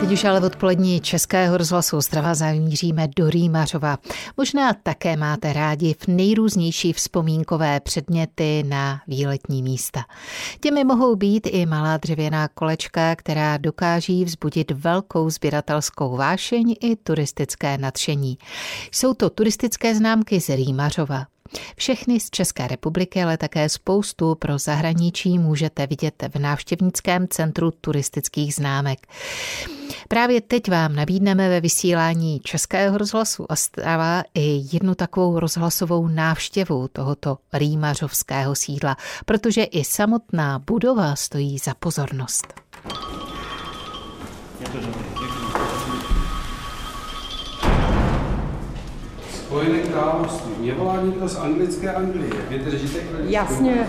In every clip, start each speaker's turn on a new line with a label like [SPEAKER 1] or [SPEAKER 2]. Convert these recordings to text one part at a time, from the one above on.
[SPEAKER 1] Teď už ale v odpolední Českého rozhlasu Ostrava zamíříme do Rýmařova. Možná také máte rádi v nejrůznější vzpomínkové předměty na výletní místa. Těmi mohou být i malá dřevěná kolečka, která dokáží vzbudit velkou sběratelskou vášeň i turistické nadšení. Jsou to turistické známky z Rýmařova. Všechny z České republiky, ale také spoustu pro zahraničí můžete vidět v návštěvnickém centru turistických známek. Právě teď vám nabídneme ve vysílání Českého rozhlasu Ostrava i jednu takovou rozhlasovou návštěvu tohoto rýmařovského sídla, protože i samotná budova stojí za pozornost.
[SPEAKER 2] Spojené království. Mě volá někdo z anglické Anglie. Vydržíte chvíli?
[SPEAKER 3] Jasně.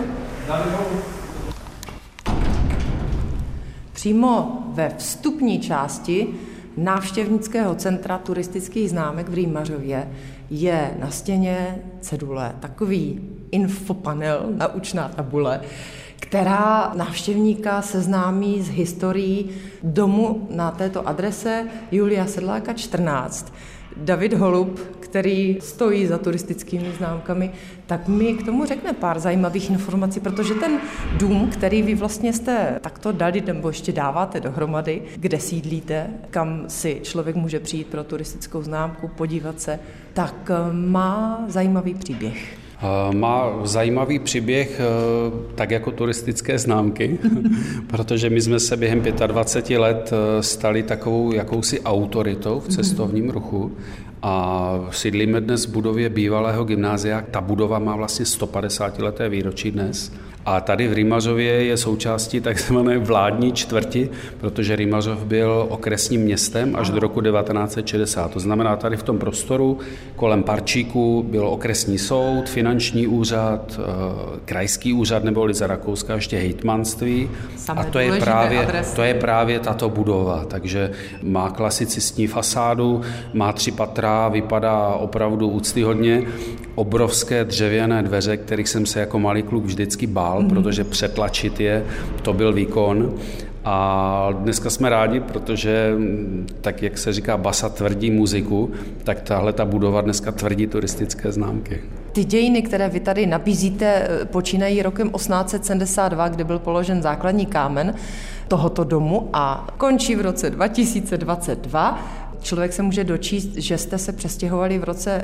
[SPEAKER 3] Přímo ve vstupní části návštěvnického centra turistických známek v Rýmařově je na stěně cedule, takový infopanel, naučná tabule, která návštěvníka seznámí s historií domu na této adrese Julia Sedláka 14. David Holub, který stojí za turistickými známkami, tak mi k tomu řekne pár zajímavých informací, protože ten dům, který vy vlastně jste takto dali, nebo ještě dáváte dohromady, kde sídlíte, kam si člověk může přijít pro turistickou známku, podívat se, tak má zajímavý příběh.
[SPEAKER 2] Má zajímavý příběh, tak jako turistické známky, protože my jsme se během 25 let stali takovou jakousi autoritou v cestovním ruchu a sídlíme dnes v budově bývalého gymnázia. Ta budova má vlastně 150leté výročí dnes. A tady v Rýmařově je součástí takzvané vládní čtvrti, protože Rýmařov byl okresním městem až do roku 1960. To znamená, tady v tom prostoru kolem parčíku byl okresní soud, finanční úřad, krajský úřad neboli za Rakouska ještě hejtmanství. A to je právě tato budova. Takže má klasicistní fasádu, má 3 patra, vypadá opravdu úctyhodně. Obrovské dřevěné dveře, kterých jsem se jako malý kluk vždycky bál, protože přetlačit je, to byl výkon. A dneska jsme rádi, protože, tak jak se říká, basa tvrdí muziku, tak tahle ta budova dneska tvrdí turistické známky.
[SPEAKER 3] Ty dějiny, které vy tady nabízíte, počínají rokem 1872, kdy byl položen základní kámen tohoto domu a končí v roce 2022. Člověk se může dočíst, že jste se přestěhovali v roce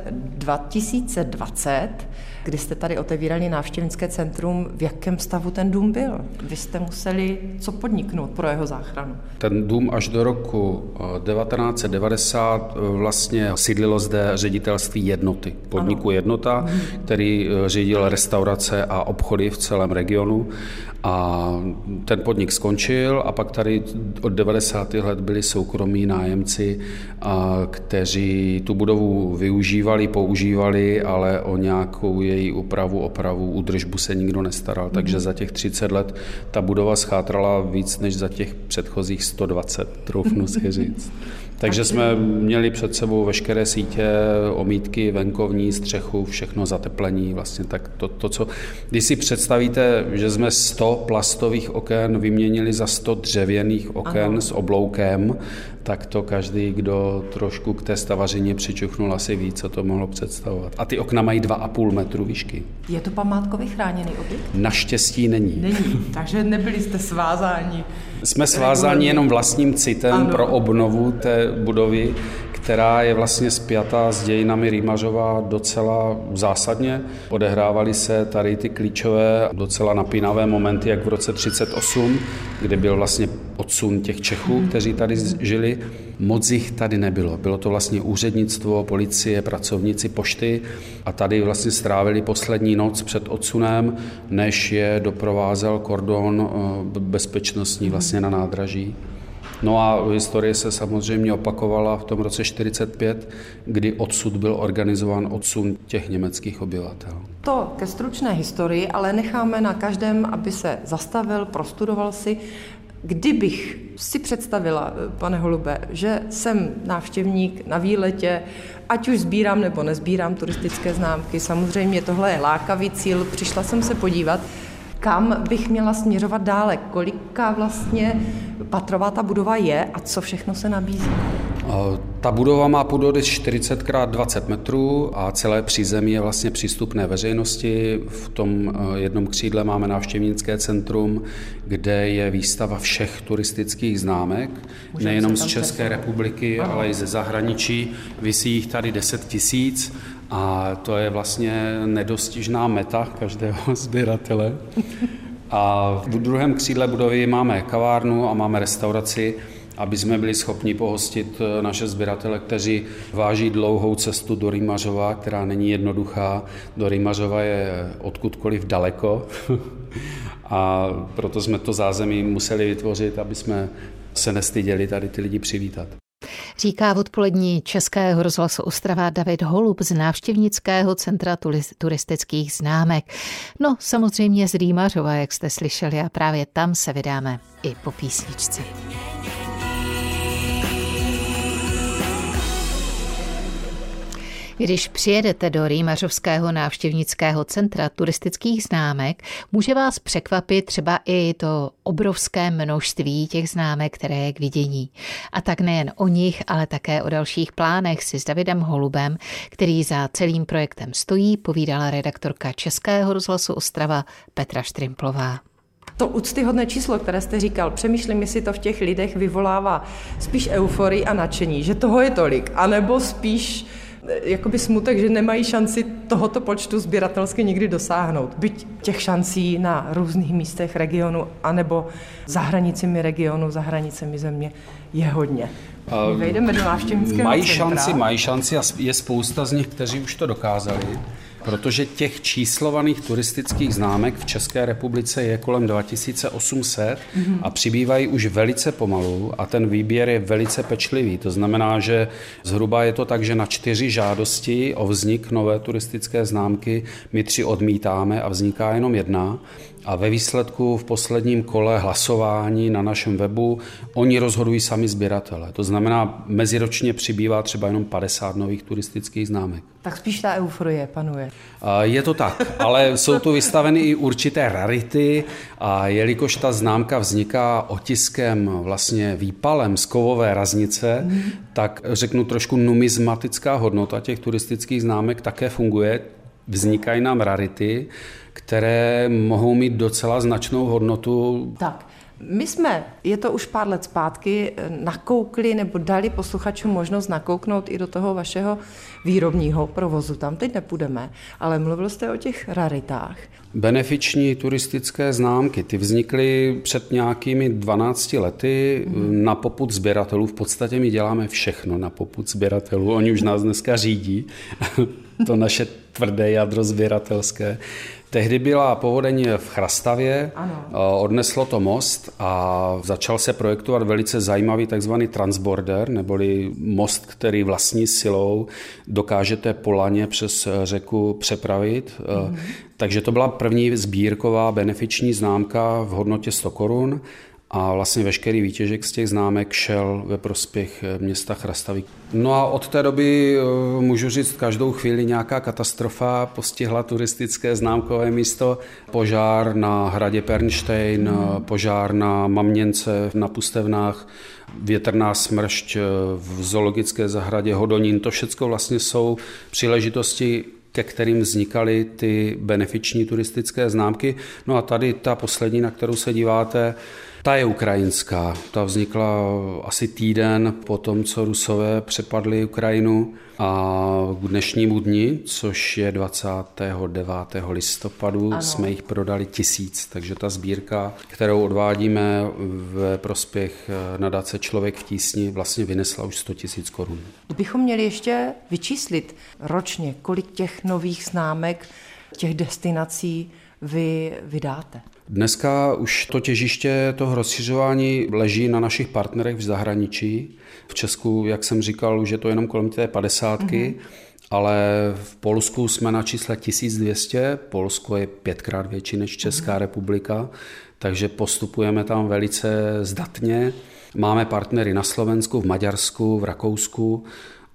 [SPEAKER 3] 2020, kdy jste tady otevírali návštěvnické centrum. V jakém stavu ten dům byl? Vy jste museli co podniknout pro jeho záchranu?
[SPEAKER 2] Ten dům až do roku 1990 vlastně sídlilo zde ředitelství Jednoty, podniku Jednota, který řídil restaurace a obchody v celém regionu. A ten podnik skončil a pak tady od 90. let byli soukromí nájemci, kteří tu budovu využívali, používali, ale o nějakou její opravu, údržbu se nikdo nestaral. Takže za těch 30 let ta budova schátrala víc než za těch předchozích 120, troufnu si říct. Takže jsme měli před sebou veškeré sítě, omítky, venkovní, střechu, všechno zateplení. Vlastně tak to, co... Když si představíte, že jsme 100 plastových oken vyměnili za 100 dřevěných oken s obloukem, tak to každý, kdo trošku k té stavařině přičuchnul, asi ví, co to mohlo představovat. A ty okna mají 2,5 metru výšky.
[SPEAKER 3] Je to památkově chráněný objekt?
[SPEAKER 2] Naštěstí není.
[SPEAKER 3] Není, takže nebyli jste svázáni.
[SPEAKER 2] Jsme svázáni jenom vlastním citem pro obnovu té budovy, která je vlastně spjatá s dějinami Rýmařova docela zásadně. Odehrávaly se tady ty klíčové, docela napínavé momenty, jak v roce 1938, kdy byl vlastně odsun těch Čechů, kteří tady žili. Moc jich tady nebylo. Bylo to vlastně úřednictvo, policie, pracovníci pošty a tady vlastně strávili poslední noc před odsunem, než je doprovázel kordon bezpečnostní vlastně na nádraží. No a historie se samozřejmě opakovala v tom roce 1945, kdy odsud byl organizován odsun těch německých obyvatel.
[SPEAKER 3] To ke stručné historii, ale necháme na každém, aby se zastavil, prostudoval si. Kdybych si představila, pane Holube, že jsem návštěvník na výletě, ať už sbírám nebo nezbírám turistické známky, samozřejmě tohle je lákavý cíl, přišla jsem se podívat. kam bych měla směřovat dále, kolika vlastně patrová ta budova je a co všechno se nabízí?
[SPEAKER 2] Ta budova má půdorys 40x20 metrů a celé přízemí je vlastně přístupné veřejnosti. V tom jednom křídle máme návštěvnické centrum, kde je výstava všech turistických známek, nejenom z České republiky, ale i ze zahraničí. Visí jich tady 10 000 a to je vlastně nedostižná meta každého sběratele. A v druhém křídle budovy máme kavárnu a máme restauraci, aby jsme byli schopni pohostit naše sběratele, kteří váží dlouhou cestu do Rýmařova, která není jednoduchá. Do Rýmařova je odkudkoliv daleko a proto jsme to zázemí museli vytvořit, aby jsme se nestyděli tady ty lidi přivítat.
[SPEAKER 1] Říká v odpolední Českého rozhlasu Ostrava David Holub z návštěvnického centra turistických známek. No samozřejmě z Rýmařova, jak jste slyšeli, a právě tam se vydáme i po písničce. Když přijedete do Rýmařovského návštěvnického centra turistických známek, může vás překvapit třeba i to obrovské množství těch známek, které je k vidění. A tak nejen o nich, ale také o dalších plánech si s Davidem Holubem, který za celým projektem stojí, povídala redaktorka Českého rozhlasu Ostrava Petra Štrimplová.
[SPEAKER 3] To úctyhodné číslo, které jste říkal, přemýšlím, jestli to v těch lidech vyvolává spíš euforii a nadšení, že toho je tolik, anebo spíš jakoby smutek, že nemají šanci tohoto počtu sběratelsky nikdy dosáhnout. Byť těch šancí na různých místech regionu anebo za hranicemi regionu, za hranicemi země je hodně. Vejdeme do návštěvnického centra.
[SPEAKER 2] Mají šanci a je spousta z nich, kteří už to dokázali. Protože těch číslovaných turistických známek v České republice je kolem 2800 a přibývají už velice pomalu a ten výběr je velice pečlivý. To znamená, že zhruba je to tak, že na 4 žádosti o vznik nové turistické známky my 3 odmítáme a vzniká jenom 1. A ve výsledku v posledním kole hlasování na našem webu oni rozhodují sami sběratele. To znamená, meziročně přibývá třeba jenom 50 nových turistických známek.
[SPEAKER 3] Tak spíš ta euforie panuje.
[SPEAKER 2] Je to tak, ale jsou tu vystaveny i určité rarity a jelikož ta známka vzniká otiskem, vlastně výpalem z kovové raznice, tak řeknu trošku numismatická hodnota těch turistických známek také funguje. Vznikají nám rarity, které mohou mít docela značnou hodnotu.
[SPEAKER 3] Tak, my jsme, je to už pár let zpátky, nakoukli nebo dali posluchačům možnost nakouknout i do toho vašeho výrobního provozu. Tam teď nepůjdeme, ale mluvil jste o těch raritách.
[SPEAKER 2] Benefiční turistické známky, ty vznikly před nějakými 12 lety na popud sběratelů. V podstatě my děláme všechno na popud sběratelů. Oni už nás dneska řídí, to naše tvrdé jádro sběratelské. Tehdy byla povodeň v Chrastavě, odneslo to most a začal se projektovat velice zajímavý takzvaný transborder, neboli most, který vlastní silou dokážete po laně přes řeku přepravit. Takže to byla první sbírková benefiční známka v hodnotě 100 korun. A vlastně veškerý výtěžek z těch známek šel ve prospěch města Chrastavy. No a od té doby, můžu říct, každou chvíli nějaká katastrofa postihla turistické známkové místo. Požár na hradě Pernštejn, požár na Mamněnce na Pustevnách, větrná smršť v zoologické zahradě Hodonín. To všechno vlastně jsou příležitosti, ke kterým vznikaly ty benefiční turistické známky. No a tady ta poslední, na kterou se díváte, ta je ukrajinská. Ta vznikla asi týden po tom, co Rusové přepadli Ukrajinu a k dnešnímu dni, což je 29. listopadu, jsme jich prodali 1000. Takže ta sbírka, kterou odvádíme ve prospěch nadace Člověk v tísni, vlastně vynesla už 100 000 korun.
[SPEAKER 3] Kdybychom měli ještě vyčíslit ročně, kolik těch nových známek, těch destinací vy vydáte?
[SPEAKER 2] Dneska už to těžiště toho rozšiřování leží na našich partnerech v zahraničí. V Česku, jak jsem říkal, už je to jenom kolem té 50, ale v Polsku jsme na čísle 1200. Polsko je 5krát větší než Česká republika, takže postupujeme tam velice zdatně. Máme partnery na Slovensku, v Maďarsku, v Rakousku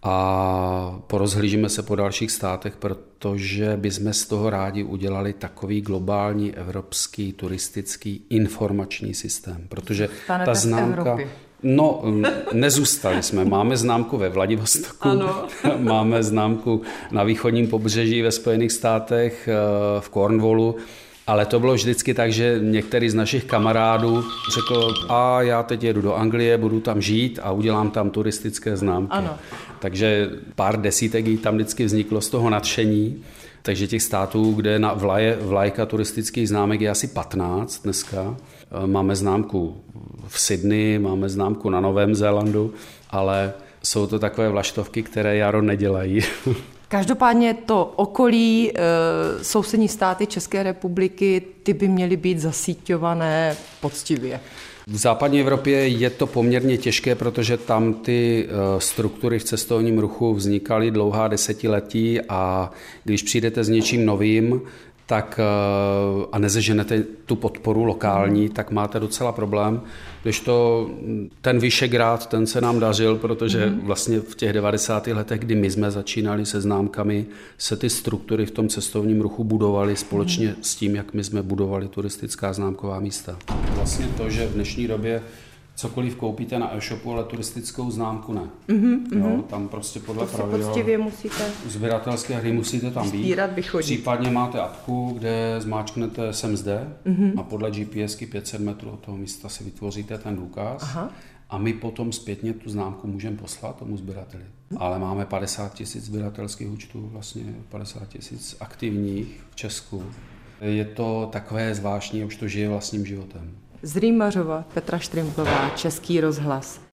[SPEAKER 2] a porozhlížíme se po dalších státech, protože bychom z toho rádi udělali takový globální evropský turistický informační systém, protože ta známka... No, nezůstali jsme. Máme známku ve Vladivostoku, máme známku na východním pobřeží ve Spojených státech, v Cornwallu, ale to bylo vždycky tak, že některý z našich kamarádů řekl, a já teď jedu do Anglie, budu tam žít a udělám tam turistické známky. Ano. Takže pár desítek jí tam vždycky vzniklo z toho nadšení. Takže těch států, kde je na vlajka turistických známek je asi 15 dneska. Máme známku v Sydney, máme známku na Novém Zélandu, ale jsou to takové vlaštovky, které jaro nedělají.
[SPEAKER 3] Každopádně to okolí, sousední státy České republiky, ty by měly být zasíťované poctivě.
[SPEAKER 2] V západní Evropě je to poměrně těžké, protože tam ty struktury v cestovním ruchu vznikaly dlouhá desetiletí a když přijdete s něčím novým, tak a nezeženete tu podporu lokální, tak máte docela problém. Když to ten Vyšegrád, ten se nám dařil, protože vlastně v těch 90. letech, kdy my jsme začínali se známkami, se ty struktury v tom cestovním ruchu budovaly společně s tím, jak my jsme budovali turistická známková místa. Vlastně to, že v dnešní době cokoliv koupíte na e-shopu, ale turistickou známku ne. Jo, tam prostě podle pravidel sběratelské hry musíte tam být. Případně máte apku, kde zmáčknete sem zde a podle GPSky 500 metrů od toho místa si vytvoříte ten důkaz. Aha. A my potom zpětně tu známku můžeme poslat tomu sběrateli. Ale máme 50 000 sběratelských účtů, vlastně 50 000 aktivních v Česku. Je to takové zvláštní, už to žije vlastním životem.
[SPEAKER 3] Z Rýmařova Petra Štrymplová, Český rozhlas.